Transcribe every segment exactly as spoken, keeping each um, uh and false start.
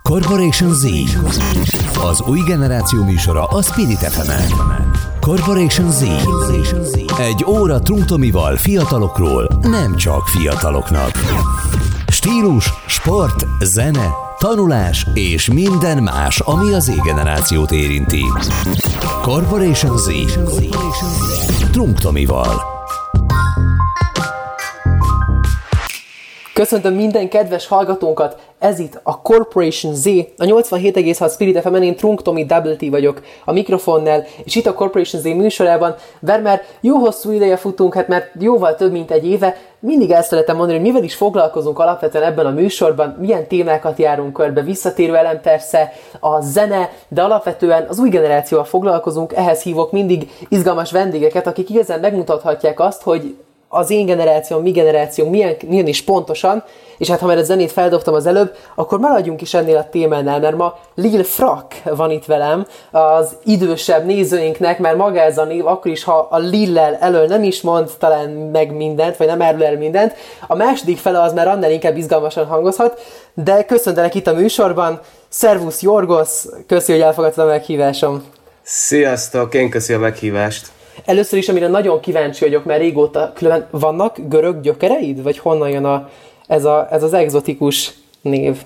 Corporation Z, az új generáció műsora a Spirit ef emen. Corporation Z, egy óra Trunk Tomival fiatalokról, nem csak fiataloknak. Stílus, sport, zene, tanulás és minden más, ami az Z-generációt érinti. Corporation Z, Trunk Tomival. Köszöntöm minden kedves hallgatónkat, ez itt a Corporation Z, a nyolcvanhét egész hat Spirit ef emen, én Trunk Tomi Double T vagyok a mikrofonnál, és itt a Corporation Z műsorában, Vermer, jó hosszú ideje futunk, hát mert jóval több mint egy éve, mindig el szeretem mondani, hogy mivel is foglalkozunk alapvetően ebben a műsorban, milyen témákat járunk körbe, visszatérő elem persze, a zene, de alapvetően az új generációval foglalkozunk, ehhez hívok mindig izgalmas vendégeket, akik igazán megmutathatják azt, hogy az én generációm, mi generáció, milyen, milyen is pontosan, és hát ha már a zenét feldobtam az előbb, akkor maradjunk is ennél a témánál, mert ma Lil Frak van itt velem, az idősebb nézőinknek, mert maga ez a név, akkor is, ha a Lillel elől nem is mond talán meg mindent, vagy nem árul el mindent, a második fele az már annál inkább izgalmasan hangozhat, de köszöntelek itt a műsorban. Szervusz Jorgosz, köszi, hogy elfogadtad a meghívásom. Sziasztok, én köszi a meghívást. Először is, amire nagyon kíváncsi vagyok, mert régóta, különben vannak görög gyökereid? Vagy honnan jön a, ez, a, ez az egzotikus név?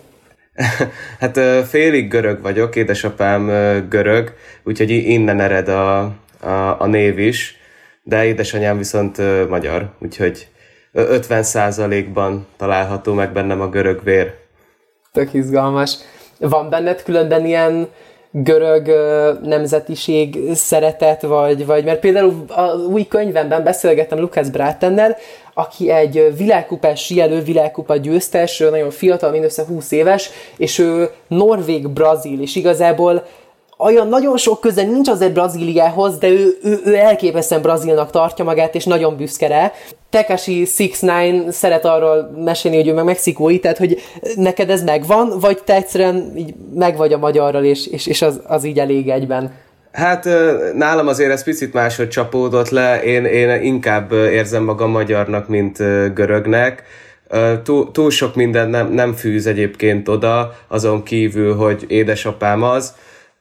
Hát félig görög vagyok, édesapám görög, úgyhogy innen ered a, a, a név is, de édesanyám viszont magyar, úgyhogy ötven százalékban található meg bennem a görög vér. Tök izgalmas. Van benned különben ilyen görög uh, nemzetiség szeretet, vagy, vagy, mert például az új könyvemben beszélgettem Lukács Brátennel, aki egy világkupás síelő, világkupa győztes, nagyon fiatal, mindössze húsz éves, és ő norvég-brazil, és igazából olyan nagyon sok köze nincs azért Brazíliához, de ő, ő, ő elképesztően brazilnak tartja magát, és nagyon büszke rá. Tekashi hat kilenc szeret arról mesélni, hogy ő meg mexikói, tehát hogy neked ez megvan, vagy te egyszerűen így meg vagy a magyarral, és, és, és az, az így elég egyben? Hát nálam azért ez picit máshogy csapódott le, én, én inkább érzem magam magyarnak, mint görögnek. Túl, túl sok minden nem, nem fűz egyébként oda, azon kívül, hogy édesapám az.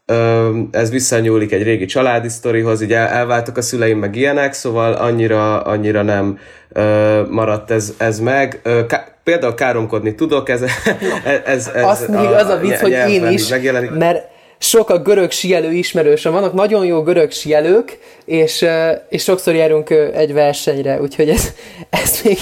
Ez visszanyúlik egy régi családi sztorihoz, így el, elváltak a szüleim meg ilyenek, szóval annyira, annyira nem maradt ez, ez meg. Ká, például káromkodni tudok, ez, ez, ez azt még az a vicc, hogy én is, megjelenik. Mert sok a görög síelő ismerősöm, vannak nagyon jó görög síelők, és, és sokszor járunk egy versenyre, úgyhogy ez, ezt még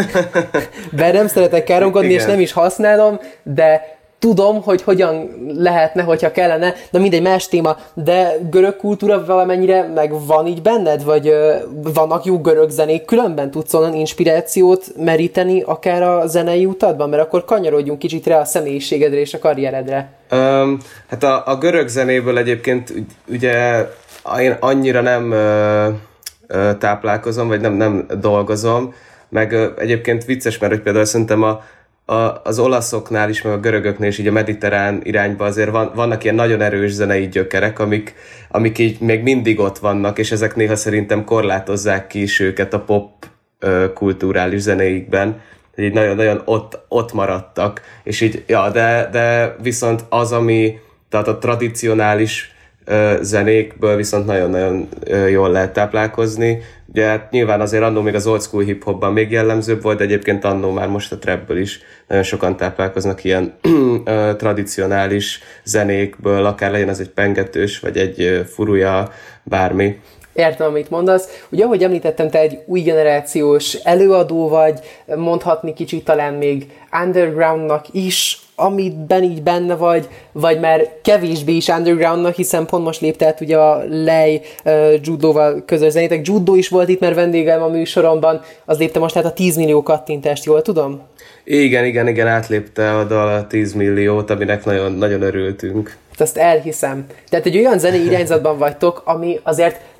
be nem szeretek káromkodni, igen, és nem is használom, de tudom, hogy hogyan lehetne, hogyha kellene, de mindegy, más téma, de görög kultúra valamennyire meg van így benned, vagy ö, vannak jó görög zenék, különben tudsz onnan inspirációt meríteni akár a zenei utadban, mert akkor kanyarodjunk kicsit rá a személyiségedre és a karrieredre. Um, hát a, a görög zenéből egyébként ugye én annyira nem ö, ö, táplálkozom, vagy nem, nem dolgozom, meg ö, egyébként vicces, mert hogy például szerintem a A, az olaszoknál is, meg a görögöknél is így a mediterrán irányba azért van, vannak ilyen nagyon erős zenei gyökerek, amik, amik így még mindig ott vannak, és ezek néha szerintem korlátozzák ki is őket a pop ö, kulturális zenéikben, hogy így nagyon-nagyon ott, ott maradtak, és így, ja, de, de viszont az, ami, tehát a tradicionális ö, zenékből viszont nagyon-nagyon ö, jól lehet táplálkozni. Ugye hát nyilván azért annó még az old school hip-hopban még jellemzőbb volt, de egyébként annó már most a trapből is nagyon sokan táplálkoznak ilyen ö, tradicionális zenékből, akár legyen az egy pengetős, vagy egy ö, furuja, bármi. Értem, amit mondasz. Ugye, ahogy említettem, te egy új generációs előadó vagy, mondhatni kicsit talán még undergroundnak is, amiben így benne vagy, vagy már kevésbé is undergroundnak, hiszen pont most lépte át ugye a Lej uh, Judóval közös zenétek. Judó is volt itt, mert vendégem a műsoromban, az lépte most át a tíz millió kattintást, jól tudom? Igen, igen, igen, átlépte a dal a tíz milliót, aminek nagyon, nagyon örültünk. Azt elhiszem. Tehát egy olyan zenei irányzatban vagytok, ami azért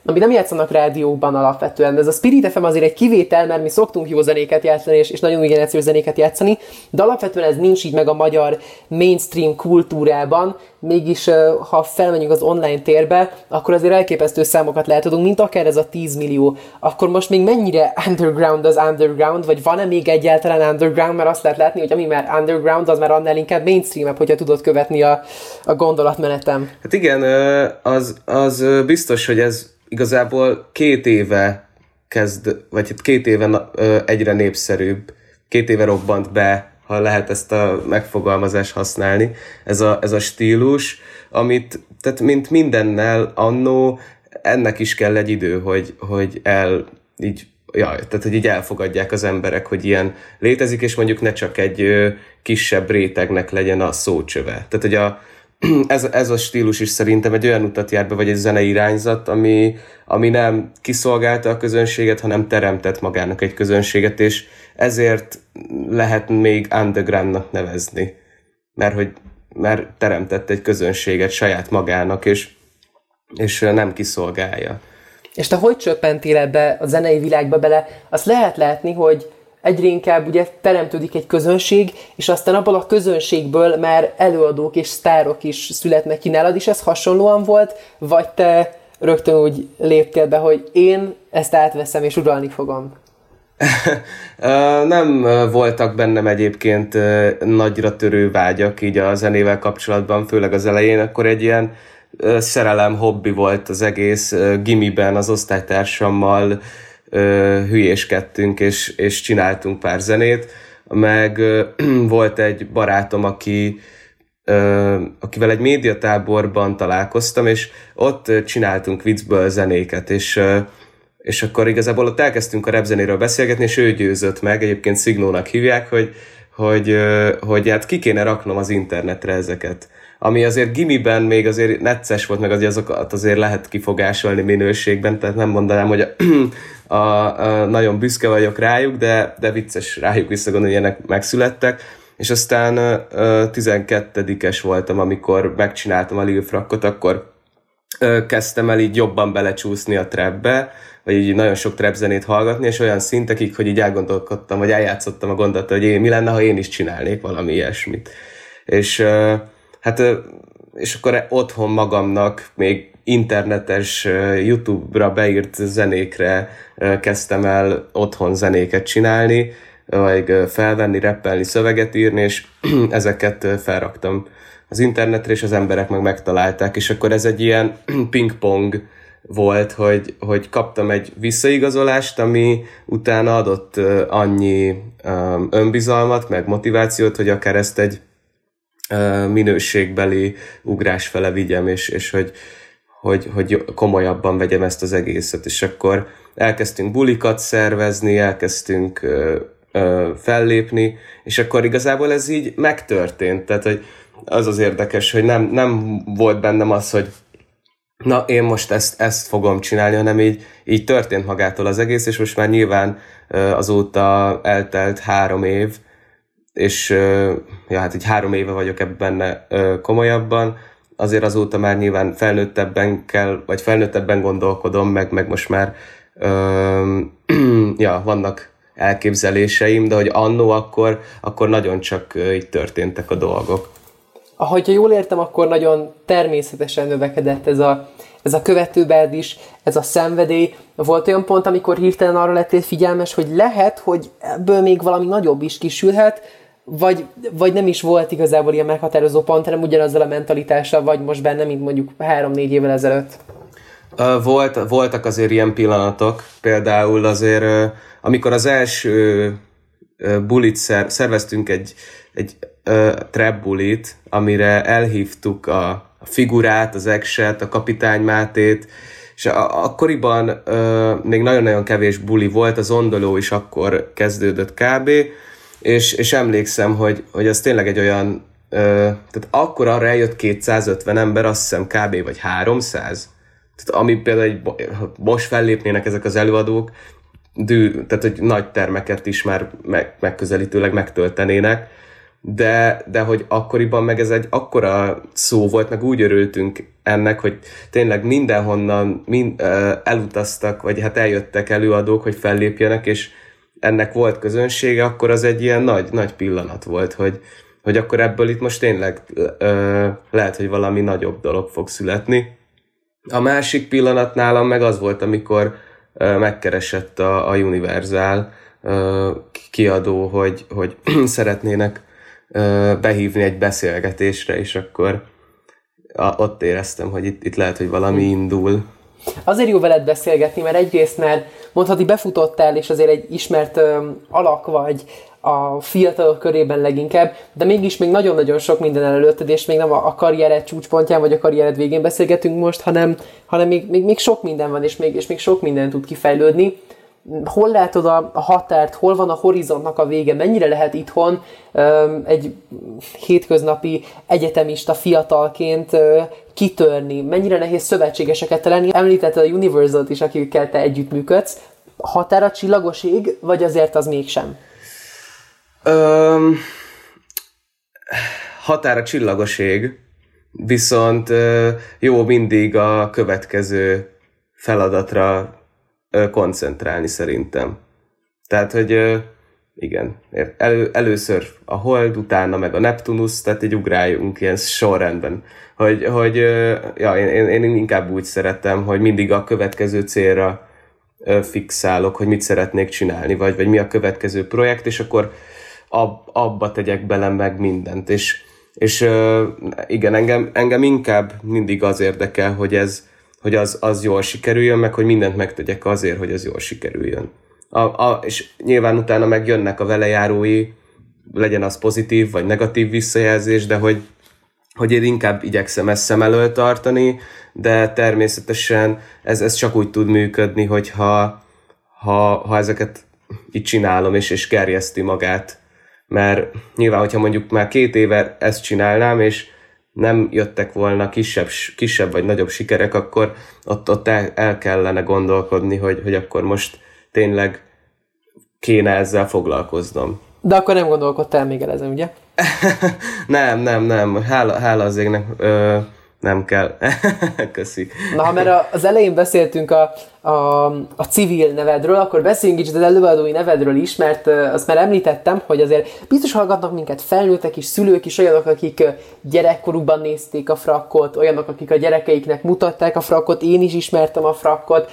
ami nem játszanak rádióban alapvetően. Ez a Spirit ef em azért egy kivétel, mert mi szoktunk jó zenéket játszani, és, és nagyon új generációs zenéket játszani, de alapvetően ez nincs így meg a magyar mainstream kultúrában, mégis ha felmenjünk az online térbe, akkor azért elképesztő számokat láthatunk, mint akár ez a tíz millió. Akkor most még mennyire underground az underground, vagy van-e még egyáltalán underground, mert azt lehet látni, hogy ami már underground, az már annál inkább mainstream-ebb, hogyha tudod követni a, a gondolatmenetem. Hát igen, az, az biztos, hogy ez igazából két éve kezd, vagy hát két éve egyre népszerűbb, két éve robbant be, ha lehet ezt a megfogalmazást használni, ez a, ez a stílus, amit, tehát mint mindennel annó, ennek is kell egy idő, hogy, hogy el, így, jaj, tehát hogy így elfogadják az emberek, hogy ilyen létezik, és mondjuk ne csak egy ö, kisebb rétegnek legyen a szócsöve. Tehát, hogy a, ez, ez a stílus is szerintem egy olyan utat jár be, vagy egy zenei irányzat, ami, ami nem kiszolgálta a közönséget, hanem teremtett magának egy közönséget, és ezért lehet még undergroundnak nevezni. Mert, hogy, mert teremtett egy közönséget saját magának, és, és nem kiszolgálja. És te hogy csöppentél ebbe a zenei világba bele? Azt lehet látni, hogy egyre inkább ugye teremtődik egy közönség, és aztán abból a közönségből már előadók és sztárok is születnek ki. Nálad is ez hasonlóan volt, vagy te rögtön úgy léptél be, hogy én ezt átveszem és uralni fogom? Nem voltak bennem egyébként nagyra törő vágyak így a zenével kapcsolatban, főleg az elején, akkor egy ilyen szerelem, hobbi volt az egész. Gimiben az osztálytársammal hülyéskedtünk, és, és csináltunk pár zenét, meg volt egy barátom, aki, akivel egy médiatáborban találkoztam, és ott csináltunk viccből zenéket, és és akkor igazából ott elkezdtünk a rapzenéről beszélgetni, és ő győzött meg, egyébként Szignónak hívják, hogy, hogy, hogy hát ki kéne raknom az internetre ezeket. Ami azért gimiben még azért necces volt, meg azért azokat azért lehet kifogásolni minőségben, tehát nem mondanám, hogy a, a, a, nagyon büszke vagyok rájuk, de, de vicces rájuk visszagondolni, hogy ilyenek megszülettek. És aztán tizenkettedikes voltam, amikor megcsináltam a Lil Frakkot, akkor kezdtem el így jobban belecsúszni a trapbe, vagy így nagyon sok trap zenét hallgatni, és olyan szintekig, hogy így elgondolkodtam, vagy eljátszottam a gondolattal, hogy én, mi lenne, ha én is csinálnék valami ilyesmit. És hát, és akkor otthon magamnak még internetes YouTube-ra beírt zenékre kezdtem el otthon zenéket csinálni, vagy felvenni, rappelni, szöveget írni, és ezeket felraktam az internetre, és az emberek meg megtalálták, és akkor ez egy ilyen pingpong volt, hogy, hogy kaptam egy visszaigazolást, ami utána adott uh, annyi um, önbizalmat, meg motivációt, hogy akár ezt egy uh, minőségbeli ugrás fele vigyem, és, és hogy, hogy, hogy komolyabban vegyem ezt az egészet. És akkor elkezdtünk bulikat szervezni, elkezdtünk uh, uh, fellépni, és akkor igazából ez így megtörtént. Tehát, hogy az az érdekes, hogy nem, nem volt bennem az, hogy na, én most ezt, ezt fogom csinálni, hanem így, így történt magától az egész, és most már nyilván azóta eltelt három év, és ja, hát így három éve vagyok ebben komolyabban, azért azóta már nyilván felnőttebben kell, vagy felnőttebben gondolkodom, meg, meg most már ja, vannak elképzeléseim, de hogy annó akkor, akkor nagyon csak így történtek a dolgok. Ahogy jól értem, akkor nagyon természetesen növekedett ez a, ez a követőbád is, ez a szenvedély. Volt olyan pont, amikor hirtelen arra lettél figyelmes, hogy lehet, hogy ebből még valami nagyobb is kisülhet, vagy, vagy nem is volt igazából ilyen meghatározó pont, hanem ugyanazzal a mentalitással vagy most benne, mint mondjuk három-négy évvel ezelőtt? Volt, voltak azért ilyen pillanatok, például azért, amikor az első bulit szer, szerveztünk egy, egy uh, trap bulit, amire elhívtuk a, a figurát, az Exet, a Kapitány Mátét, és a, akkoriban uh, még nagyon-nagyon kevés buli volt, az Ondoló is akkor kezdődött kb. És, és emlékszem, hogy, hogy az tényleg egy olyan, uh, tehát akkor arra eljött kétszázötven ember, azt hiszem kb. Vagy háromszáz. Tehát ami például egy, most fellépnének ezek az előadók, dű, tehát hogy nagy termeket is már meg, megközelítőleg megtöltenének, de, de hogy akkoriban meg ez egy akkora szó volt, meg úgy örültünk ennek, hogy tényleg mindenhonnan mind, elutaztak, vagy hát eljöttek előadók, hogy fellépjenek, és ennek volt közönsége, akkor az egy ilyen nagy, nagy pillanat volt, hogy, hogy akkor ebből itt most tényleg ö, lehet, hogy valami nagyobb dolog fog születni. A másik pillanat nálam meg az volt, amikor ö, megkeresett a, a Universal ö, kiadó, hogy, hogy szeretnének ö, behívni egy beszélgetésre, és akkor a, ott éreztem, hogy itt, itt lehet, hogy valami indul. Azért jó veled beszélgetni, mert egyrészt már mondhatni befutottál, és azért egy ismert ö, alak vagy a fiatalok körében leginkább, de mégis még nagyon-nagyon sok minden előtted, és még nem a, a karriered csúcspontján, vagy a karriered végén beszélgetünk most, hanem, hanem még, még, még sok minden van, és még, és még sok minden tud kifejlődni. Hol látod a, a határt, hol van a horizontnak a vége, mennyire lehet itthon um, egy hétköznapi egyetemista fiatalként uh, kitörni, mennyire nehéz szövetségeseket találni. Említetted a Universalt is, akikkel te együttműködsz. Határa csillagos ég, vagy azért az mégsem? Um, határa csillagos ég, viszont uh, jó mindig a következő feladatra koncentrálni szerintem. Tehát, hogy igen, elő, először a Hold, utána meg a Neptunus, tehát így ugráljunk ilyen sorrendben. Hogy, hogy ja, én, én inkább úgy szeretem, hogy mindig a következő célra fixálok, hogy mit szeretnék csinálni, vagy, vagy mi a következő projekt, és akkor ab, abba tegyek bele meg mindent. És, és igen, engem, engem inkább mindig az érdekel, hogy ez hogy az, az jól sikerüljön, meg hogy mindent megtegyek azért, hogy ez jól sikerüljön. A, a, és nyilván utána megjönnek a velejárói, legyen az pozitív vagy negatív visszajelzés, de hogy, hogy én inkább igyekszem ezt szem elől tartani, de természetesen ez, ez csak úgy tud működni, hogyha ha, ha ezeket így csinálom, és, és gerjeszti magát. Mert nyilván, hogyha mondjuk már két éve ezt csinálnám, és nem jöttek volna kisebb, kisebb vagy nagyobb sikerek, akkor ott, ott el, el kellene gondolkodni, hogy, hogy akkor most tényleg kéne ezzel foglalkoznom. De akkor nem gondolkodtál még el ezen, ugye? nem, nem, nem. Hála, hála az égnek, ö, nem kell. Köszi. Na, mert az elején beszéltünk a, a, a civil nevedről, akkor beszéljünk kicsit az előadói nevedről is, mert azt már említettem, hogy azért biztos hallgatnak minket felnőttek is, szülők is, olyanok, akik gyerekkorukban nézték a frakkot, olyanok, akik a gyerekeiknek mutatták a frakkot, én is ismertem a frakkot.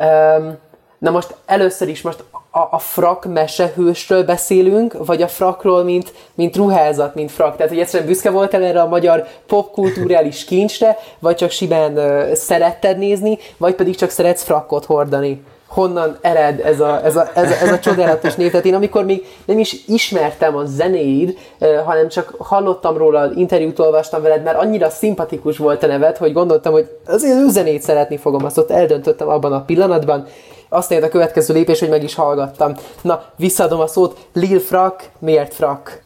Na most először is most a, a frak mesehősről beszélünk, vagy a frakról, mint, mint ruházat, mint frak? Tehát, hogy egyszerűen büszke voltál erre a magyar popkulturális kincsre, vagy csak simán uh, szeretted nézni, vagy pedig csak szeretsz frakkot hordani? Honnan ered ez a, ez a, ez a, ez a csodálatos név? Tehát én amikor még nem is ismertem a zenéid, uh, hanem csak hallottam róla, interjút olvastam veled, mert annyira szimpatikus volt a neved, hogy gondoltam, hogy azért ő zenét szeretni fogom, azt ott eldöntöttem abban a pillanatban. Aztán jött a következő lépés, hogy meg is hallgattam. Na, visszaadom a szót. Lil Frak, miért Frak?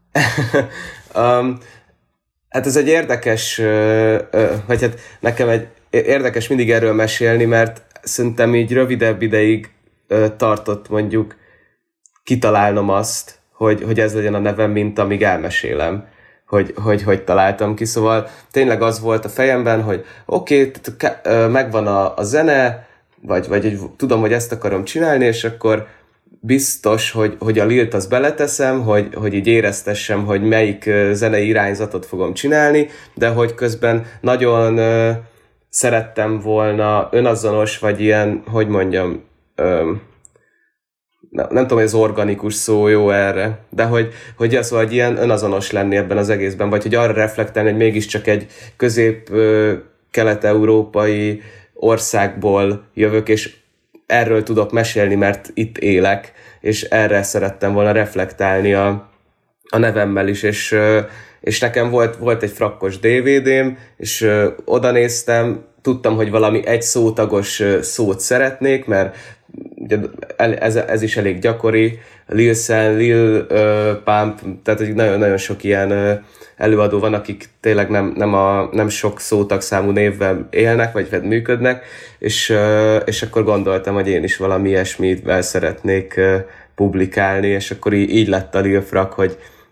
um, hát ez egy érdekes, uh, uh, vagy hát nekem egy érdekes mindig erről mesélni, mert szerintem így rövidebb ideig uh, tartott mondjuk kitalálnom azt, hogy, hogy ez legyen a nevem, mint amíg elmesélem, hogy hogy, hogy találtam ki. Szóval tényleg az volt a fejemben, hogy oké, okay, uh, megvan a, a zene, Vagy, vagy hogy tudom, hogy ezt akarom csinálni, és akkor biztos, hogy, hogy a lilt azt beleteszem, hogy, hogy így éreztessem, hogy melyik zenei irányzatot fogom csinálni, de hogy közben nagyon uh, szerettem volna önazonos, vagy ilyen, hogy mondjam, um, nem, nem tudom, hogy az organikus szó jó erre, de hogy, hogy az, hogy ilyen önazonos lenni ebben az egészben, vagy hogy arra reflektálni, hogy mégiscsak egy közép-kelet-európai országból jövök, és erről tudok mesélni, mert itt élek, és erre szerettem volna reflektálni a, a nevemmel is, és, és nekem volt, volt egy frakkos dé vé dém, és oda néztem, tudtam, hogy valami egy szótagos szót szeretnék, mert ugye ez, ez is elég gyakori, Lil Sen, Lil uh, Pump, tehát nagyon-nagyon sok ilyen uh, előadó van, akik tényleg nem, nem, a, nem sok szótagszámú névvel élnek, vagy működnek, és, uh, és akkor gondoltam, hogy én is valami ilyesmivel szeretnék uh, publikálni, és akkor így, így lett a Lil Frak, hogy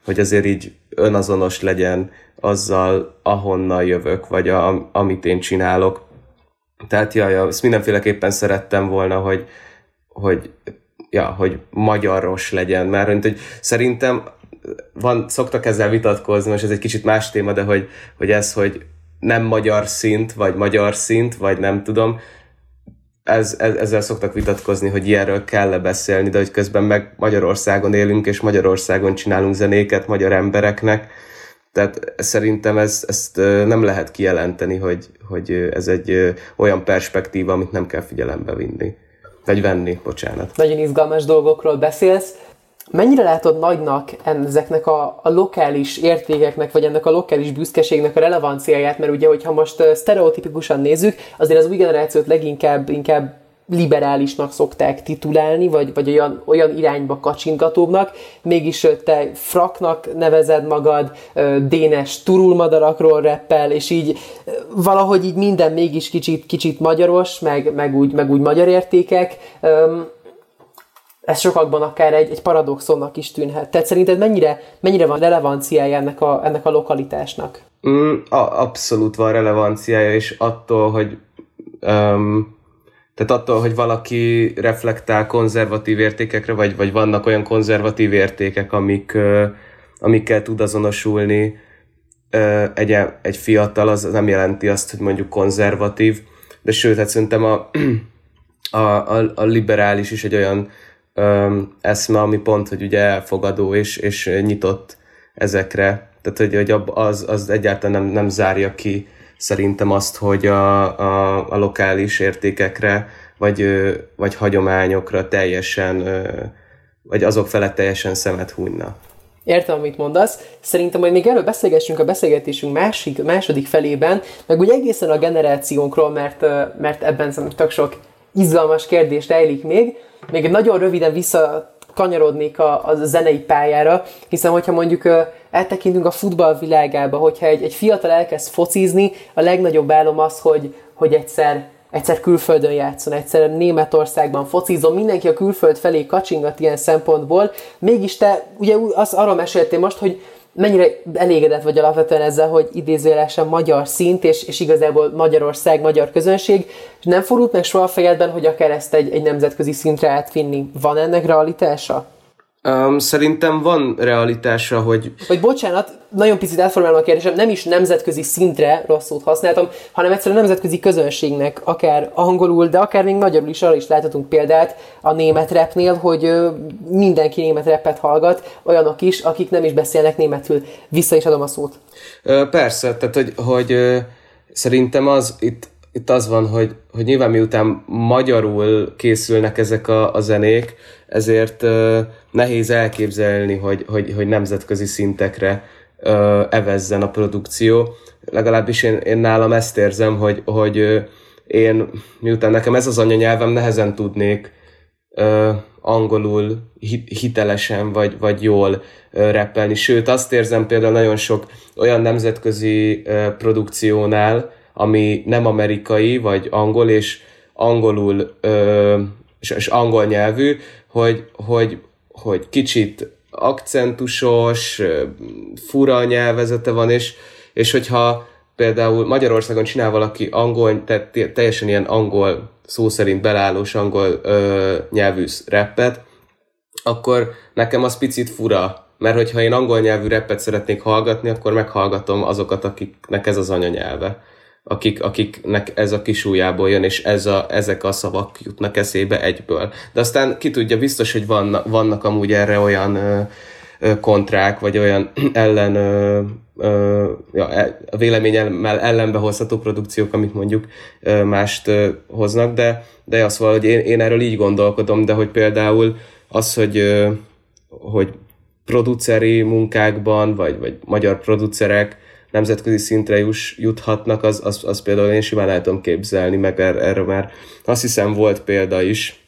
hogy azért így önazonos legyen azzal, ahonnan jövök, vagy a, amit én csinálok. Tehát ja, ja, ezt mindenféleképpen szerettem volna, hogy, hogy, ja, hogy magyaros legyen, mert hogy szerintem van, szoktak ezzel vitatkozni, most ez egy kicsit más téma, de hogy, hogy ez, hogy nem magyar szint, vagy magyar szint, vagy nem tudom, ez, ez, ezzel szoktak vitatkozni, hogy ilyenről kell beszélni, de hogy közben meg Magyarországon élünk, és Magyarországon csinálunk zenéket magyar embereknek, tehát szerintem ezt, ezt nem lehet kijelenteni, hogy, hogy ez egy olyan perspektíva, amit nem kell figyelembe vinni. Vagy venni, bocsánat. Nagyon izgalmas dolgokról beszélsz. Mennyire látod nagynak ezeknek a, a lokális értékeknek, vagy ennek a lokális büszkeségnek a relevanciáját? Mert ugye, hogyha most sztereotipikusan nézzük, azért az új generációt leginkább inkább liberálisnak szokták titulálni, vagy, vagy olyan, olyan irányba kacsingatóbbnak. Mégis te fraknak nevezed magad, dénes turulmadarakról reppel, és így valahogy így minden mégis kicsit, kicsit magyaros, meg, meg, úgy, meg úgy magyar értékek. Ez sokakban akár egy, egy paradoxonnak is tűnhet. Tehát szerinted mennyire, mennyire van relevanciája ennek a, ennek a lokalitásnak? Mm, a, abszolút van relevanciája, és attól, hogy um, tehát attól, hogy valaki reflektál konzervatív értékekre, vagy, vagy vannak olyan konzervatív értékek, amik, uh, amikkel tud azonosulni uh, egy, egy fiatal, az nem jelenti azt, hogy mondjuk konzervatív, de sőt, hát szerintem a, a, a, a liberális is egy olyan um, eszme, ami pont, hogy ugye elfogadó és, és nyitott ezekre. Tehát, hogy, hogy az, az egyáltalán nem, nem zárja ki szerintem azt, hogy a, a, a lokális értékekre, vagy, vagy hagyományokra teljesen, vagy azok felett teljesen szemet hunyna. Értem, amit mondasz. Szerintem majd még erről beszélgessünk a beszélgetésünk másik, második felében, meg úgy egészen a generációnkról, mert, mert ebben szerintem tök sok izgalmas kérdés rejlik még. Még nagyon röviden visszakanyarodnék a, a zenei pályára, hiszen hogyha mondjuk eltekintünk a futball világába, hogyha egy, egy fiatal elkezd focizni, a legnagyobb álom az, hogy, hogy egyszer, egyszer külföldön játszon, egyszer Németországban focizom, mindenki a külföld felé kacsingat ilyen szempontból. Mégis te ugye az, arról meséltél most, hogy mennyire elégedett vagy alapvetően ezzel, hogy idézőjelesen magyar szint, és, és igazából Magyarország, magyar közönség, és nem fordult meg soha a fejedben, hogy akár ezt egy, egy nemzetközi szintre átvinni. Van ennek realitása? Um, szerintem van realitása, hogy... Vagy bocsánat, nagyon picit átformálom a kérdésem, nem is nemzetközi szintre rossz szót használtam, hanem egyszerűen nemzetközi közönségnek, akár angolul, de akár még magyarul is, arra is láthatunk példát a német rapnél, hogy mindenki német rapet hallgat, olyanok is, akik nem is beszélnek németül. Vissza is adom a szót. Persze, tehát hogy, hogy szerintem az itt, itt az van, hogy, hogy nyilván miután magyarul készülnek ezek a, a zenék, ezért uh, nehéz elképzelni, hogy, hogy, hogy nemzetközi szintekre uh, evezzen a produkció. Legalábbis én, én nálam ezt érzem, hogy, hogy uh, én, miután nekem ez az anyanyelvem, nehezen tudnék uh, angolul hit, hitelesen vagy, vagy jól uh, rappelni. Sőt, azt érzem például nagyon sok olyan nemzetközi uh, produkciónál, ami nem amerikai, vagy angol, és angolul, uh, és, és angol nyelvű, hogy, hogy, hogy kicsit akcentusos, fura nyelvezete van, és, és hogyha például Magyarországon csinál valaki angol, tehát teljesen ilyen angol, szó szerint belállós angol ö, nyelvű rappet, akkor nekem az picit fura, mert hogyha én angol nyelvű rappet szeretnék hallgatni, akkor meghallgatom azokat, akiknek ez az anyanyelve. Akik, akiknek ez a kisújjából jön, és ez a, ezek a szavak jutnak eszébe egyből. De aztán ki tudja, biztos, hogy vannak, vannak amúgy erre olyan ö, ö, kontrák, vagy olyan ellen, ö, ö, ja, a véleményemmel ellenbe hozható produkciók, amik mondjuk ö, mást ö, hoznak, de, de azt valahogy én, én erről így gondolkodom, de hogy például az, hogy, ö, hogy produceri munkákban, vagy, vagy magyar producerek nemzetközi szintre juss, juthatnak, az, az, az például én simán el tudom képzelni, meg er, erre már azt hiszem volt példa is.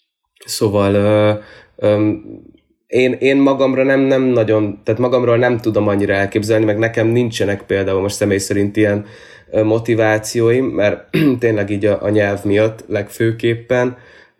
Szóval ö, ö, én, én magamra nem, nem nagyon, tehát magamról nem tudom annyira elképzelni, meg nekem nincsenek például most személy szerint ilyen motivációim, mert tényleg így a, a nyelv miatt legfőképpen,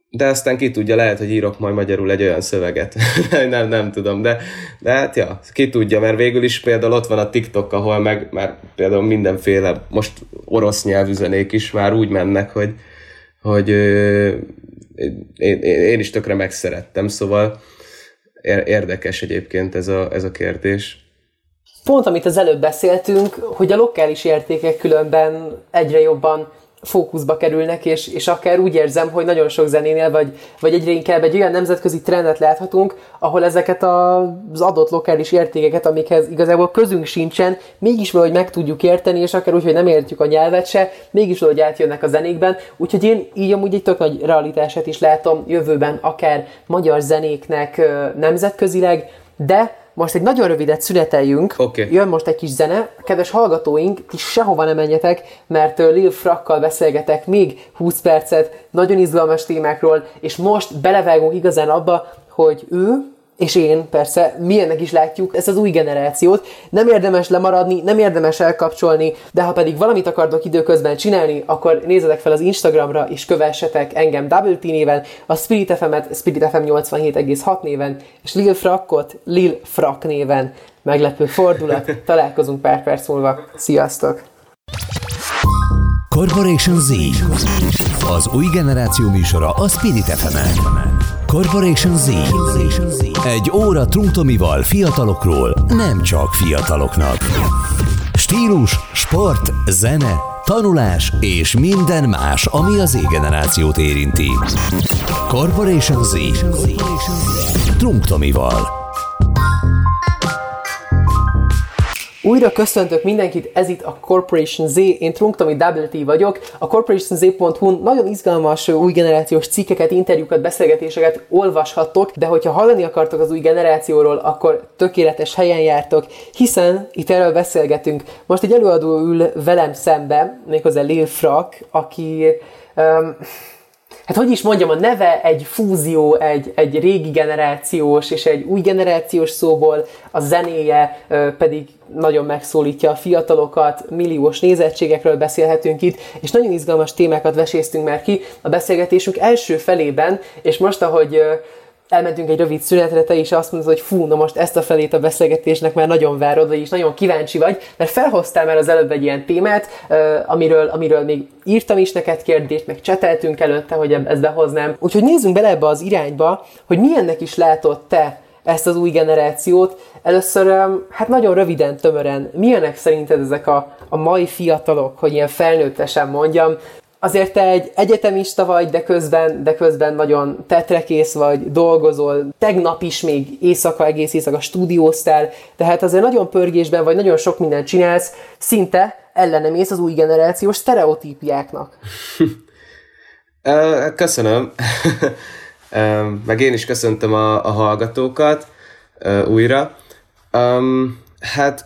de aztán ki tudja, lehet, hogy írok majd magyarul egy olyan szöveget. nem, nem tudom, de, de hát ja, ki tudja, mert végül is például ott van a TikTok, ahol meg már például mindenféle, most orosz nyelvű zenék is már úgy mennek, hogy, hogy ö, én, én is tökre megszerettem, szóval érdekes egyébként ez a, ez a kérdés. Pont, amit az előbb beszéltünk, hogy a lokális értékek különben egyre jobban fókuszba kerülnek, és, és akár úgy érzem, hogy nagyon sok zenénél, vagy, vagy egyre inkább egy olyan nemzetközi trendet láthatunk, ahol ezeket az adott lokális értékeket, amikhez igazából közünk sincsen, mégis valahogy meg tudjuk érteni, és akár úgy, hogy nem értjük a nyelvet se, mégis valahogy átjönnek a zenékben. Úgyhogy én így amúgy egy tök nagy realitását is látom jövőben, akár magyar zenéknek nemzetközileg, de most egy nagyon rövidet szüneteljünk, okay. Jön most egy kis zene, kedves hallgatóink, ti sehova nem menjetek, mert Lil Frakkal beszélgetek még húsz percet, nagyon izgalmas témákról, és most belevágunk igazán abba, hogy ő és én persze milyennek is látjuk ezt az új generációt. Nem érdemes lemaradni, nem érdemes elkapcsolni, de ha pedig valamit akartok időközben csinálni, akkor nézzetek fel az Instagramra, és kövessetek engem Double T néven, a Spirit ef em-et Spirit ef em nyolcvanhét egész hat néven, és Lil Frakkot Lil Frak néven. Meglepő fordulat, találkozunk pár perc múlva. Sziasztok! Corporation Z, az új generáció műsora a Spirit ef em-en. Corporation Z, egy óra Trunk Tomival fiatalokról, nem csak fiataloknak. Stílus, sport, zene, tanulás és minden más, ami az Z-generációt érinti. Corporation Z, Trunk Tomival. Újra köszöntök mindenkit, ez itt a Corporation Z, én Trunk Tomi Double T vagyok. A corporation z pont hu-n nagyon izgalmas új generációs cikkeket, interjúkat, beszélgetéseket olvashattok, de hogyha hallani akartok az új generációról, akkor tökéletes helyen jártok, hiszen itt erről beszélgetünk. Most egy előadó ül velem szembe, méghozzá Lil Frak, aki... Um, Hát hogy is mondjam, a neve egy fúzió, egy, egy régi generációs és egy új generációs szóból, a zenéje pedig nagyon megszólítja a fiatalokat, milliós nézettségekről beszélhetünk itt, és nagyon izgalmas témákat veséztünk már ki a beszélgetésünk első felében, és most, ahogy elmentünk egy rövid szünetre, te is azt mondod, hogy fú, na most ezt a felét a beszélgetésnek már nagyon várod, vagyis nagyon kíváncsi vagy, mert felhoztál már az előbb egy ilyen témát, amiről, amiről még írtam is neked kérdést, meg cseteltünk előtte, hogy ezt behoznám. Úgyhogy nézzünk bele ebbe az irányba, hogy milyennek is látod te ezt az új generációt. Először, hát nagyon röviden, tömören, milyenek szerinted ezek a, a mai fiatalok, hogy ilyen felnőttesen mondjam? Azért te egy egyetemista vagy, de közben, de közben nagyon tetrekész vagy, dolgozol. Tegnap is még éjszaka, egész éjszaka stúdióztál, tehát azért nagyon pörgésben vagy, nagyon sok mindent csinálsz, szinte ellenemész az új generációs sztereotípiáknak. Köszönöm. Meg én is köszöntöm a, a hallgatókat újra. Um, hát...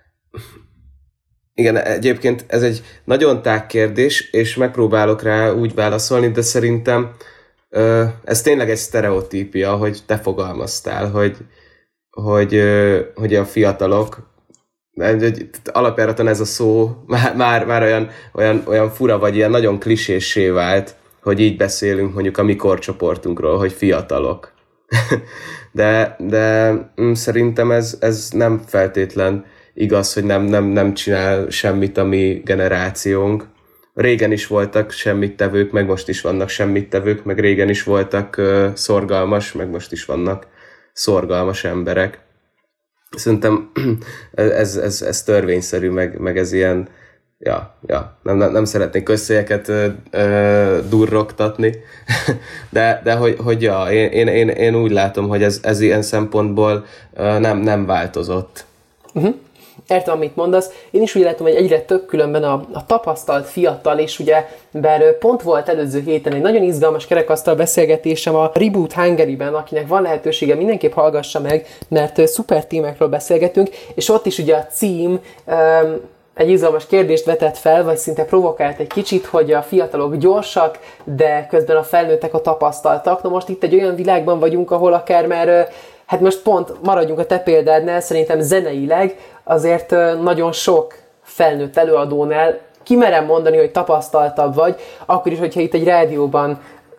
Igen, egyébként ez egy nagyon tág kérdés, és megpróbálok rá úgy válaszolni, de szerintem ez tényleg egy sztereotípia, hogy te fogalmaztál, hogy, hogy, hogy a fiatalok, alapjáraton ez a szó már, már, már olyan, olyan, olyan fura, vagy ilyen nagyon kliséssé vált, hogy így beszélünk mondjuk a mi korcsoportunkról, hogy fiatalok. de, de szerintem ez, ez nem feltétlen igaz, hogy nem, nem, nem csinál semmit a mi generációnk. Régen is voltak semmittevők, meg most is vannak semmittevők, meg régen is voltak uh, szorgalmas, meg most is vannak szorgalmas emberek. Szerintem ez, ez, ez törvényszerű, meg, meg ez ilyen, ja, ja nem, nem, nem szeretnék közszélyeket uh, uh, durrogtatni, de, de hogy, hogy ja, én, én, én, én úgy látom, hogy ez, ez ilyen szempontból uh, nem, nem változott. Uh-huh. Értem, amit mondasz. Én is úgy látom, hogy egyre több különben a, a tapasztalt fiatal, és ugye, bár pont volt előző héten egy nagyon izgalmas kerekasztal beszélgetésem a Reboot Hungary-ben, akinek van lehetősége, mindenképp hallgassa meg, mert szuper témákról beszélgetünk, és ott is ugye a cím um, egy izgalmas kérdést vetett fel, vagy szinte provokált egy kicsit, hogy a fiatalok gyorsak, de közben a felnőttek a tapasztaltak. Na most itt egy olyan világban vagyunk, ahol akár már, hát most pont maradjunk a te példádnál, szerintem zeneileg azért nagyon sok felnőtt előadónál kimerem mondani, hogy tapasztaltabb vagy, akkor is, hogyha itt egy rádióban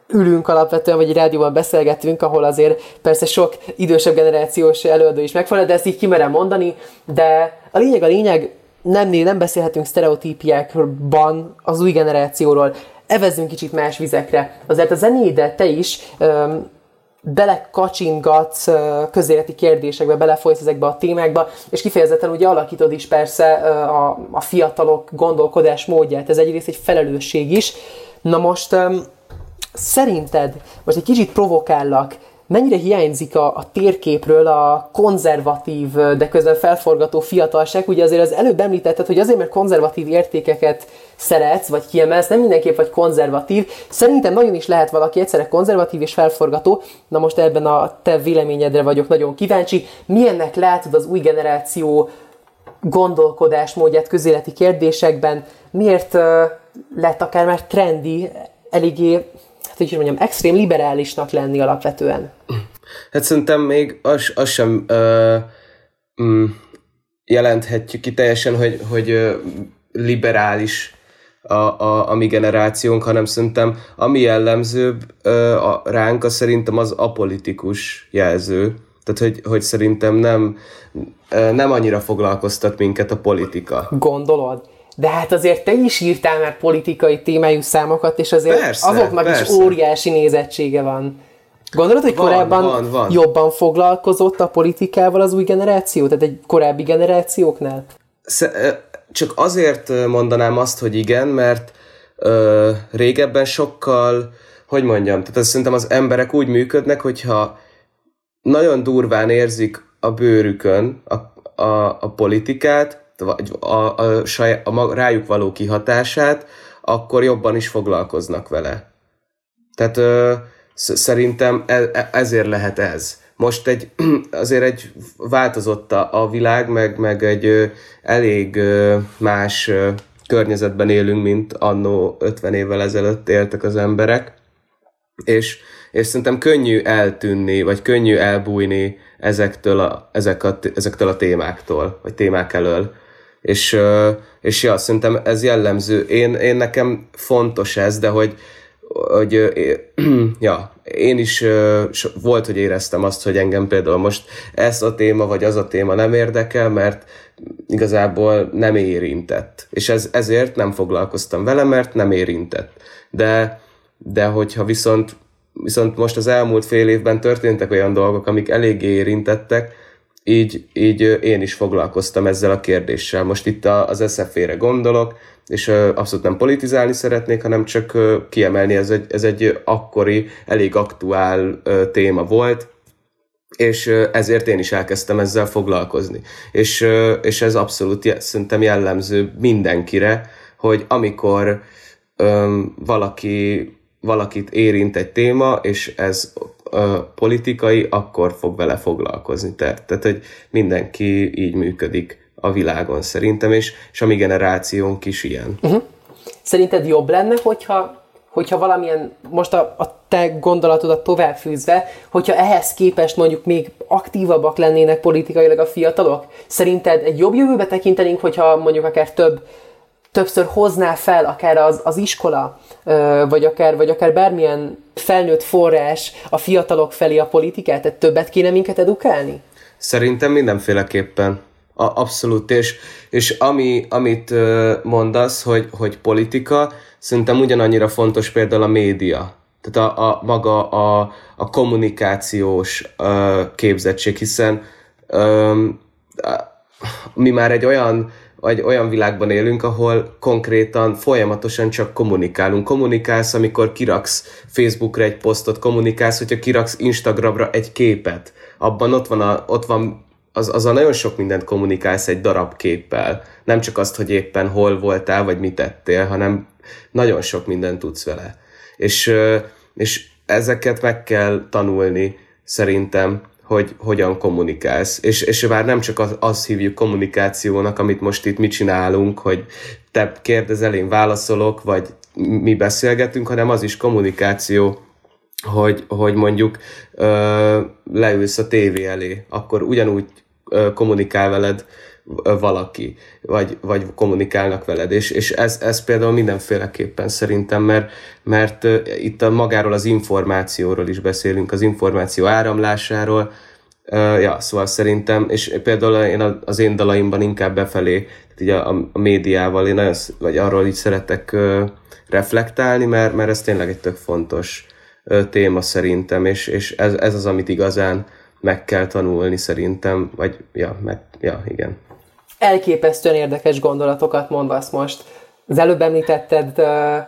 ülünk alapvetően, vagy egy rádióban beszélgetünk, ahol azért persze sok idősebb generációs előadó is megfelel, de ezt így kimerem mondani, de a lényeg a lényeg, nem, nem beszélhetünk sztereotípiákban az új generációról, evezzünk kicsit más vizekre. Azért a zenédet te is um, belekacsingatsz uh, közéleti kérdésekbe, belefolysz ezekbe a témákba, és kifejezetten ugye alakítod is persze uh, a, a fiatalok gondolkodás módját. Ez egyrészt egy felelősség is. Na most um, szerinted, most egy kicsit provokállak, mennyire hiányzik a, a térképről a konzervatív, de közben felforgató fiatalság? Ugye azért az előbb említetted, hogy azért, mert konzervatív értékeket szeretsz, vagy kiemelsz, nem mindenképp vagy konzervatív. Szerintem nagyon is lehet valaki egyszerre konzervatív és felforgató. Na most ebben a te véleményedre vagyok nagyon kíváncsi. Milyennek látod az új generáció gondolkodásmódját közéleti kérdésekben? Miért uh, lett akár már trendi, eléggé, hát hogy is mondjam, extrém liberálisnak lenni alapvetően? Hát szerintem még az, az sem uh, mm, jelenthetjük ki teljesen, hogy, hogy uh, liberális a, a, a mi generációnk, hanem szerintem ami jellemzőbb uh, a, ránk, az szerintem az apolitikus jelző. Tehát, hogy, hogy szerintem nem, uh, nem annyira foglalkoztat minket a politika. Gondolod? De hát azért te is írtál már politikai témájú számokat, és azért persze, azoknak persze. is óriási nézettsége van. Gondolod, hogy van, korábban van, van. jobban foglalkozott a politikával az új generáció? Tehát egy korábbi generációknál? Csak azért mondanám azt, hogy igen, mert ö, régebben sokkal, hogy mondjam, tehát azt szerintem az emberek úgy működnek, hogyha nagyon durván érzik a bőrükön a, a, a politikát, vagy a, a, saját, a rájuk való kihatását, akkor jobban is foglalkoznak vele. Tehát ö, szerintem ezért lehet ez. Most egy, azért egy változott a, a világ, meg, meg egy ö, elég ö, más ö, környezetben élünk, mint annó ötven évvel ezelőtt éltek az emberek, és, és szerintem könnyű eltűnni, vagy könnyű elbújni ezektől a, ezek a, ezektől a témáktól, vagy témák elől. És, és ja, szerintem ez jellemző. Én, én nekem fontos ez, de hogy, hogy ja, én is volt, hogy éreztem azt, hogy engem például most ez a téma, vagy az a téma nem érdekel, mert igazából nem érintett. És ez, ezért nem foglalkoztam vele, mert nem érintett. De, de hogyha viszont, viszont most az elmúlt fél évben történtek olyan dolgok, amik eléggé érintettek, Így, így én is foglalkoztam ezzel a kérdéssel. Most itt az es ef é-re gondolok, és abszolút nem politizálni szeretnék, hanem csak kiemelni, ez egy, ez egy akkori, elég aktuál téma volt, és ezért én is elkezdtem ezzel foglalkozni. És, és ez abszolút szerintem jellemző mindenkire, hogy amikor um, valaki, valakit érint egy téma, és ez politikai, akkor fog vele foglalkozni. Tehát, tehát, hogy mindenki így működik a világon szerintem, és, és a mi generációnk is ilyen. Uh-huh. Szerinted jobb lenne, hogyha, hogyha valamilyen, most a, a te gondolatodat továbbfűzve, hogyha ehhez képest mondjuk még aktívabbak lennének politikailag a fiatalok? Szerinted egy jobb jövőbe tekintenénk, hogyha mondjuk akár több többször hozná fel akár az, az iskola, vagy akár, vagy akár bármilyen felnőtt forrás a fiatalok felé a politikát? Tehát többet kéne minket edukálni? Szerintem mindenféleképpen. A, abszolút. És, és ami, amit mondasz, hogy, hogy politika, szerintem ugyanannyira fontos például a média. Tehát a, a maga a, a kommunikációs uh, képzettség, hiszen um, mi már egy olyan vagy olyan világban élünk, ahol konkrétan folyamatosan csak kommunikálunk. Kommunikálsz, amikor kiraksz Facebookra egy posztot, kommunikálsz, hogyha kiraksz Instagramra egy képet. Abban ott van, a, ott van az, az a nagyon sok mindent kommunikálsz egy darab képpel. Nem csak azt, hogy éppen hol voltál, vagy mit tettél, hanem nagyon sok mindent tudsz vele. És, és ezeket meg kell tanulni, szerintem, hogy hogyan kommunikálsz. És, és már nem csak az, azt hívjuk kommunikációnak, amit most itt mi csinálunk, hogy te kérdezel, én válaszolok, vagy mi beszélgetünk, hanem az is kommunikáció, hogy, hogy mondjuk ö, leülsz a tévé elé, akkor ugyanúgy ö, kommunikál veled valaki, vagy, vagy kommunikálnak veled, és, és ez, ez például mindenféleképpen szerintem, mert, mert itt a magáról az információról is beszélünk, az információ áramlásáról, Uh, ja, szóval szerintem, és például én az én dalaimban inkább befelé, tehát így a, a médiával én nagyon, vagy arról így szeretek uh, reflektálni, mert, mert ez tényleg egy tök fontos uh, téma szerintem, és, és ez, ez az, amit igazán meg kell tanulni szerintem, vagy ja, meg, ja, igen. Elképesztően érdekes gondolatokat mondasz most. Az előbb említetted uh,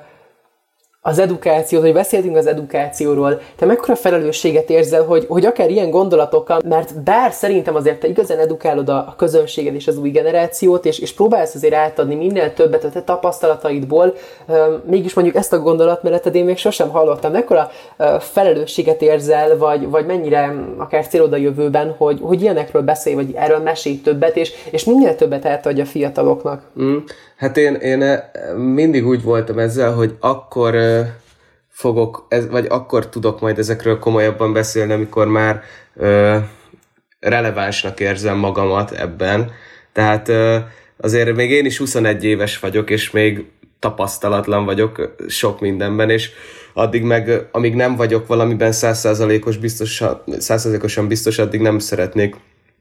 az edukációt, hogy beszéltünk az edukációról, te mekkora felelősséget érzel, hogy, hogy akár ilyen gondolatokkal, mert bár szerintem azért te igazán edukálod a, a közönséged és az új generációt, és, és próbálsz azért átadni minél többet a te tapasztalataidból, mégis mondjuk ezt a gondolatmeneted én még sosem hallottam. Mekkora felelősséget érzel, vagy, vagy mennyire akár célod a jövőben, hogy, hogy ilyenekről beszélj, vagy erről mesélj többet, és, és minél többet átadj a fiataloknak? Mm. Hát én, én mindig úgy voltam ezzel, hogy akkor uh, fogok, ez, vagy akkor tudok majd ezekről komolyabban beszélni, amikor már uh, relevánsnak érzem magamat ebben. Tehát uh, azért még én is huszonegy éves vagyok, és még tapasztalatlan vagyok sok mindenben, és addig meg, amíg nem vagyok valamiben száz százalékos biztos, száz százalékosan biztos, addig nem szeretnék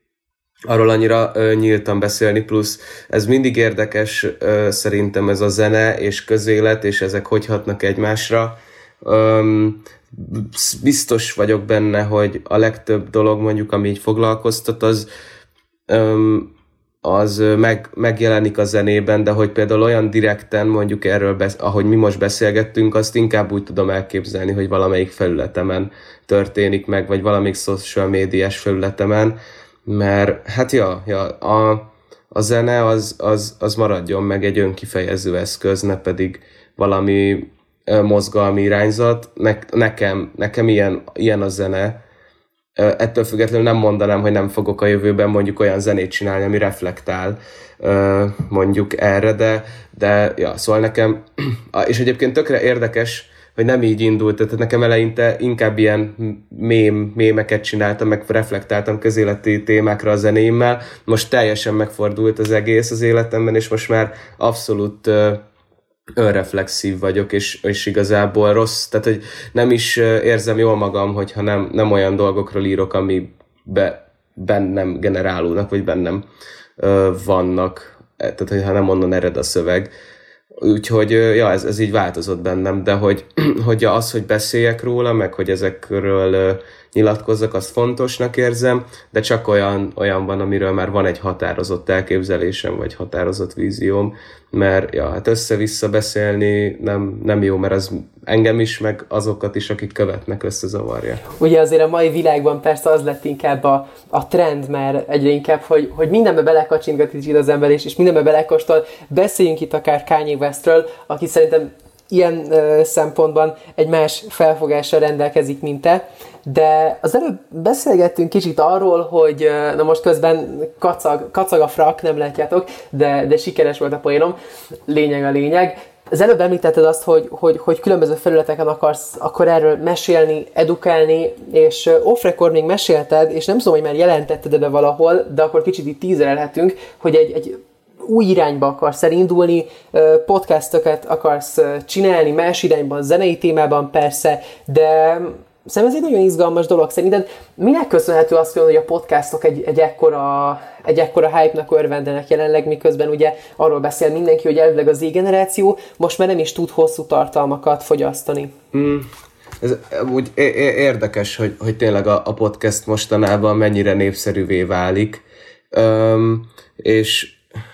arról annyira ö, nyíltan beszélni, plusz ez mindig érdekes ö, szerintem ez a zene és közélet, és ezek hogy hatnak egymásra. Öm, biztos vagyok benne, hogy a legtöbb dolog mondjuk, ami így foglalkoztat, az, öm, az meg, megjelenik a zenében, de hogy például olyan direkten mondjuk erről, besz- ahogy mi most beszélgettünk, azt inkább úgy tudom elképzelni, hogy valamelyik felületemen történik meg, vagy valamelyik social médiás felületemen, mert hát ja, ja a, a zene az, az, az maradjon meg egy önkifejező eszköz, ne pedig valami ö, mozgalmi irányzat. Ne, nekem nekem ilyen, ilyen a zene. Ö, ettől függetlenül nem mondanám, hogy nem fogok a jövőben mondjuk olyan zenét csinálni, ami reflektál ö, mondjuk erre, de, de ja, szóval nekem, és egyébként tökre érdekes, hogy nem így indult, tehát nekem eleinte inkább ilyen mém, mémeket csináltam, meg reflektáltam közéleti témákra a zenémmel, most teljesen megfordult az egész az életemben, és most már abszolút uh, önreflexív vagyok, és, és igazából rossz, tehát hogy nem is uh, érzem jól magam, hogyha nem, nem olyan dolgokról írok, ami be, bennem generálódnak, vagy bennem uh, vannak, tehát hogyha nem onnan ered a szöveg. Úgyhogy, ja, ez, ez így változott bennem, de hogy, hogy az, hogy beszéljek róla, meg hogy ezekről uh, nyilatkozzak, azt fontosnak érzem, de csak olyan, olyan van, amiről már van egy határozott elképzelésem, vagy határozott vízióm, mert ja, hát össze-vissza beszélni nem, nem jó, mert az engem is, meg azokat is, akik követnek, összezavarja. Ugye azért a mai világban persze az lett inkább a, a trend, mert egyre inkább, hogy, hogy mindenbe belekacsintgat itt az ember, és, és mindenbe belekóstol. Beszéljünk itt akár Kanye Westről, aki szerintem ilyen uh, szempontban egy más felfogással rendelkezik, mint te. De az előbb beszélgettünk kicsit arról, hogy uh, na most közben kacag, kacag a frak, nem látjátok, de, de sikeres volt a poénom. Lényeg a lényeg. Az előbb említetted azt, hogy, hogy, hogy különböző felületeken akarsz akkor erről mesélni, edukálni, és uh, off-record még mesélted, és nem tudom, hogy már jelentetted be valahol, de akkor kicsit itt tízerelhetünk, hogy egy, egy új irányba akarsz elindulni, podcastokat akarsz csinálni, más irányban, zenei témában persze, de szerintem ez egy nagyon izgalmas dolog. Szerinted minek köszönhető azt, hogy a podcastok egy, egy ekkora, egy ekkora hype-nak örvendenek jelenleg, miközben ugye arról beszél mindenki, hogy elvileg az Z-generáció most már nem is tud hosszú tartalmakat fogyasztani. Mm. Ez úgy érdekes, hogy, hogy tényleg a, a podcast mostanában mennyire népszerűvé válik, Üm, és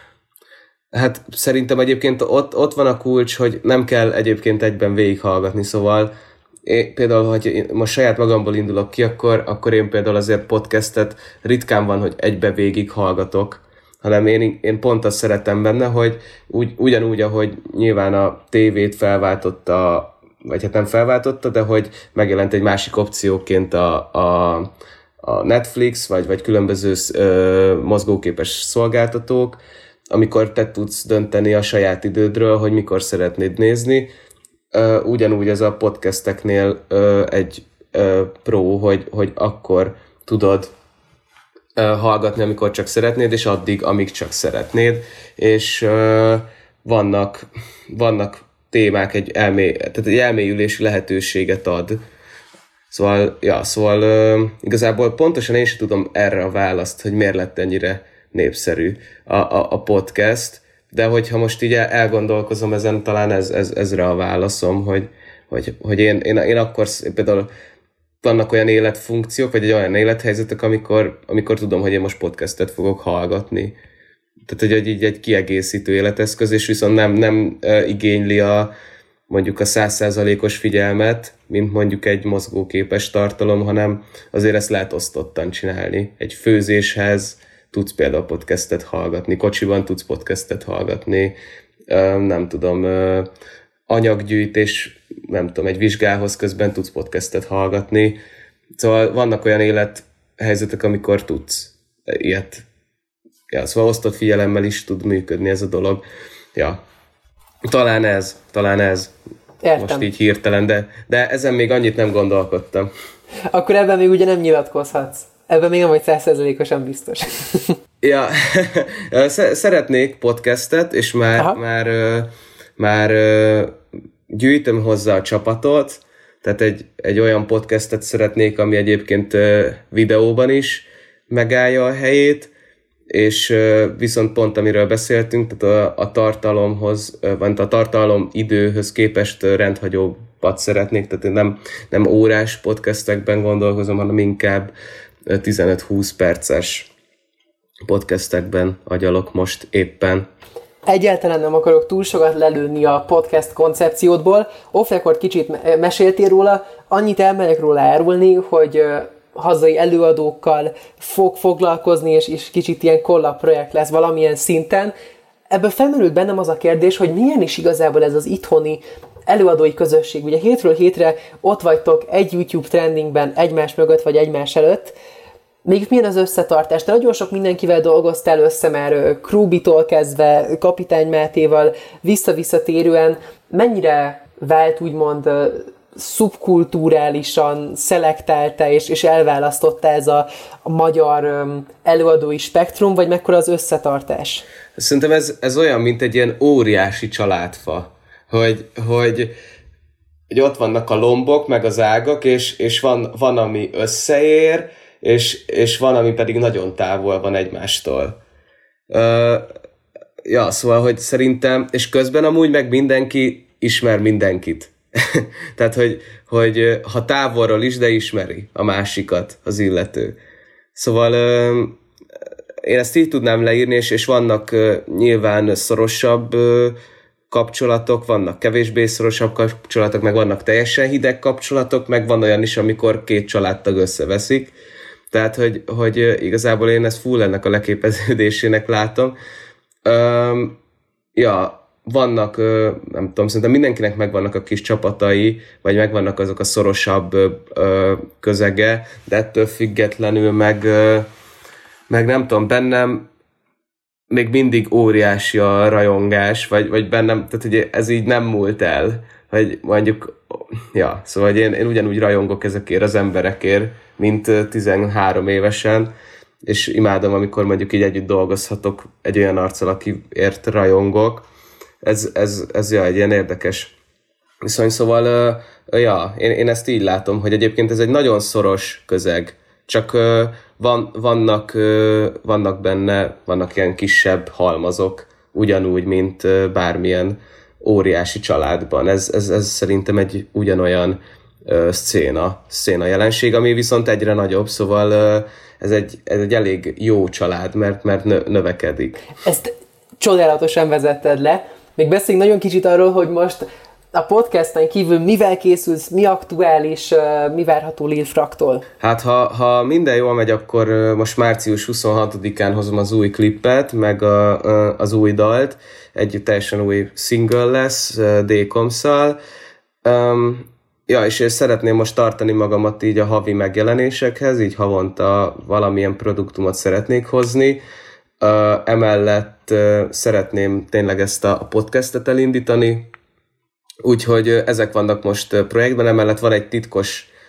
hát szerintem egyébként ott, ott van a kulcs, hogy nem kell egyébként egyben végighallgatni, szóval én, például, hogy most saját magamból indulok ki, akkor, akkor én például azért podcastet ritkán van, hogy egybe végighallgatok, hanem én, én pont azt szeretem benne, hogy úgy, ugyanúgy, ahogy nyilván a tévét felváltotta, vagy hát nem felváltotta, de hogy megjelent egy másik opcióként a, a, a Netflix, vagy, vagy különböző ö, mozgóképes szolgáltatók, amikor te tudsz dönteni a saját idődről, hogy mikor szeretnéd nézni. Uh, ugyanúgy ez a podcasteknél uh, egy uh, pro, hogy, hogy akkor tudod hallgatni, amikor csak szeretnéd, és addig, amíg csak szeretnéd, és uh, vannak, vannak témák, egy, elmé, tehát egy elmélyülési lehetőséget ad. Szóval, ja, szóval uh, igazából pontosan én sem tudom erre a választ, hogy miért lett ennyire népszerű a, a, a podcast, de hogyha most így elgondolkozom ezen, talán ez, ez, ezre a válaszom, hogy, hogy, hogy én, én, én akkor például vannak olyan életfunkciók, vagy egy olyan élethelyzetek, amikor, amikor tudom, hogy én most podcastet fogok hallgatni. Tehát, hogy így egy kiegészítő életeszköz, és viszont nem, nem uh, igényli a, mondjuk a száz százalékos figyelmet, mint mondjuk egy mozgóképes tartalom, hanem azért ezt lehet osztottan csinálni. Egy főzéshez tudsz például podcastet hallgatni, kocsiban tudsz podcastet hallgatni, uh, nem tudom, uh, anyaggyűjtés, nem tudom, egy vizsgához közben tudsz podcastet hallgatni. Szóval vannak olyan élethelyzetek, amikor tudsz ilyet. Ja, szóval osztott figyelemmel is tud működni ez a dolog. Ja, talán ez, talán ez. Értem. Most így hirtelen, de, de ezen még annyit nem gondolkodtam. Akkor ebben még ugye nem nyilatkozhatsz. Ebben még nem vagy száz százalékosan biztos. Ja, szeretnék podcastet, és már, már, már gyűjtöm hozzá a csapatot, tehát egy, egy olyan podcastet szeretnék, ami egyébként videóban is megállja a helyét, és viszont pont amiről beszéltünk, tehát a, a tartalomhoz, vagy a tartalom időhöz képest rendhagyóbbat szeretnék, tehát nem, nem órás podcastekben gondolkozom, hanem inkább tizenöt-húsz perces podcastekben agyalok most éppen. Egyáltalán nem akarok túl sokat lelőni a podcast koncepciódból. Off-record kicsit meséltél róla, annyit elmegyek róla árulni, hogy hazai előadókkal fog foglalkozni, és, és kicsit ilyen collab projekt lesz valamilyen szinten. Ebből felmerült bennem az a kérdés, hogy milyen is igazából ez az itthoni előadói közösség. Ugye hétről hétre ott vagytok egy YouTube trendingben egymás mögött vagy egymás előtt. Még milyen az összetartás? Te nagyon sok mindenkivel dolgoztál össze már, Krúbitól kezdve, Kapitány Mátéval, vissza-visszatérően. Mennyire vált úgymond szubkulturálisan szelektálta és, és elválasztotta ez a, a magyar előadói spektrum, vagy mekkora az összetartás? Szerintem ez, ez olyan, mint egy ilyen óriási családfa, hogy, hogy, hogy ott vannak a lombok, meg az ágak, és, és van, van, ami összeér, és, és van, ami pedig nagyon távol van egymástól. Uh, ja, szóval, hogy szerintem, és közben amúgy meg mindenki ismer mindenkit. Tehát, hogy, hogy ha távolról is, de ismeri a másikat az illető. Szóval uh, én ezt így tudnám leírni, és, és vannak uh, nyilván szorosabb uh, kapcsolatok, vannak kevésbé szorosabb kapcsolatok, meg vannak teljesen hideg kapcsolatok, meg van olyan is, amikor két családtag összeveszik. Tehát, hogy, hogy igazából én ezt full ennek a leképeződésének látom. Um, ja, vannak, nem tudom, szerintem mindenkinek megvannak a kis csapatai, vagy megvannak azok a szorosabb ö, közege, de ettől függetlenül meg, ö, meg nem tudom, bennem még mindig óriási a rajongás, vagy, vagy bennem, tehát hogy ez így nem múlt el, vagy mondjuk, ja, szóval én, én ugyanúgy rajongok ezekért az emberekért, mint tizenhárom évesen, és imádom, amikor mondjuk így együtt dolgozhatok egy olyan arccal, akiért rajongok. Ez, ez, ez ja, egy ilyen érdekes viszony. Szóval, uh, ja, én, én ezt így látom, hogy egyébként ez egy nagyon szoros közeg. Csak uh, van, vannak, uh, vannak benne, vannak ilyen kisebb halmazok, ugyanúgy, mint uh, bármilyen óriási családban. Ez, ez, ez szerintem egy ugyanolyan uh, szcéna, szcéna jelenség, ami viszont egyre nagyobb, szóval uh, ez, egy, ez egy elég jó család, mert, mert nö- növekedik. Ezt csodálatosan vezetted le. Még beszéljünk nagyon kicsit arról, hogy most a podcasten kívül mivel készülsz, mi aktuális, mi várható Lil Fraktól? Hát ha, ha minden jól megy, akkor most március huszonhatodikán hozom az új klippet, meg a, az új dalt. Egy teljesen új single lesz, D-Komszal. Um, ja, és én szeretném most tartani magamat így a havi megjelenésekhez, így havonta valamilyen produktumot szeretnék hozni. Uh, emellett uh, szeretném tényleg ezt a podcastet elindítani, úgyhogy uh, ezek vannak most uh, projektben, emellett van egy titkos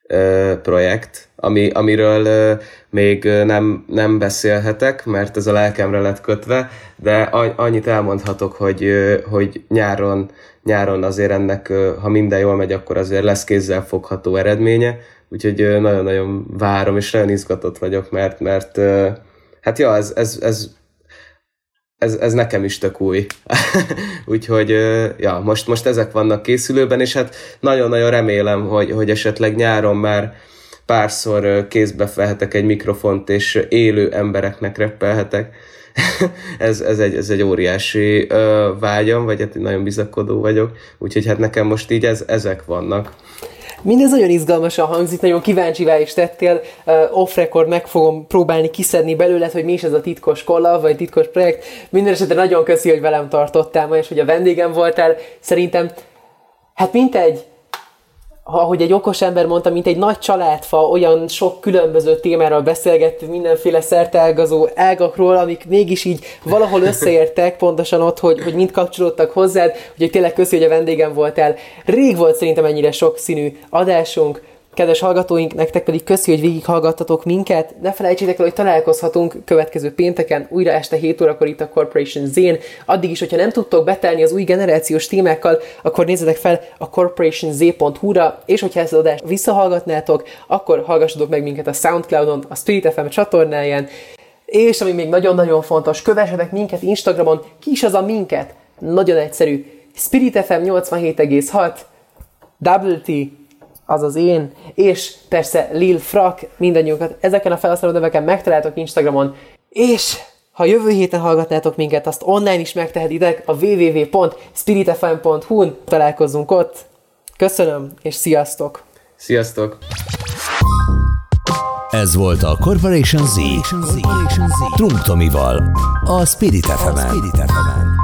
projekt, ami, amiről még nem, nem beszélhetek, mert ez a lelkemre lett kötve, de annyit elmondhatok, hogy, hogy nyáron, nyáron azért ennek, ha minden jól megy, akkor azért lesz kézzel fogható eredménye, úgyhogy nagyon-nagyon várom, és nagyon izgatott vagyok, mert, mert hát ja, ez, ez, ez Ez, ez nekem is tök új. Úgyhogy ja, most, most ezek vannak készülőben, és hát nagyon-nagyon remélem, hogy, hogy esetleg nyáron már párszor kézbe felhetek egy mikrofont, és élő embereknek reppelhetek. ez, ez, egy, ez egy óriási ö, vágyam, vagy hát nagyon bizakodó vagyok. Úgyhogy hát nekem most így ez, ezek vannak. Mindez nagyon izgalmasan hangzik, nagyon kíváncsivá is tettél, uh, off-record meg fogom próbálni kiszedni belőled, hogy mi is ez a titkos kollab, vagy titkos projekt. Minden esetre nagyon köszi, hogy velem tartottál ma, és hogy a vendégem voltál. Szerintem, hát mint egy, ahogy egy okos ember mondta, mint egy nagy családfa, olyan sok különböző témáról beszélgettünk, mindenféle szerteágazó ágakról, amik mégis így valahol összeértek, pontosan ott, hogy, hogy mind kapcsolódtak hozzád, úgyhogy tényleg köszi, hogy a vendégem voltál. Rég volt szerintem ennyire sokszínű adásunk. Kedves hallgatóink, nektek pedig köszi, hogy végighallgattatok minket. Ne felejtsétek el, hogy találkozhatunk következő pénteken, újra este hét órakor itt a Corporation Z-n. Addig is, hogyha nem tudtok betelni az új generációs témákkal, akkor nézzetek fel a corporation z pont hu-ra, és hogyha ezt az adást visszahallgatnátok, akkor hallgassatok meg minket a SoundCloudon, a Spirit ef em csatornáján, és ami még nagyon-nagyon fontos, kövessetek minket Instagramon. Ki is az a minket? Nagyon egyszerű. Spirit ef em nyolcvanhét egész hat, Double T, azaz én, és persze Lil Frak, mindannyiunkat ezeken a felhasználó neveken megtaláltok Instagramon, és ha jövő héten hallgatnátok minket, azt online is megtehetitek a double-u double-u double-u pont spirit f m pont hu-n. Találkozzunk ott. Köszönöm, és sziasztok! Sziasztok! Ez volt a Corporation Z, Trunk Tomival, a Spirit ef emen.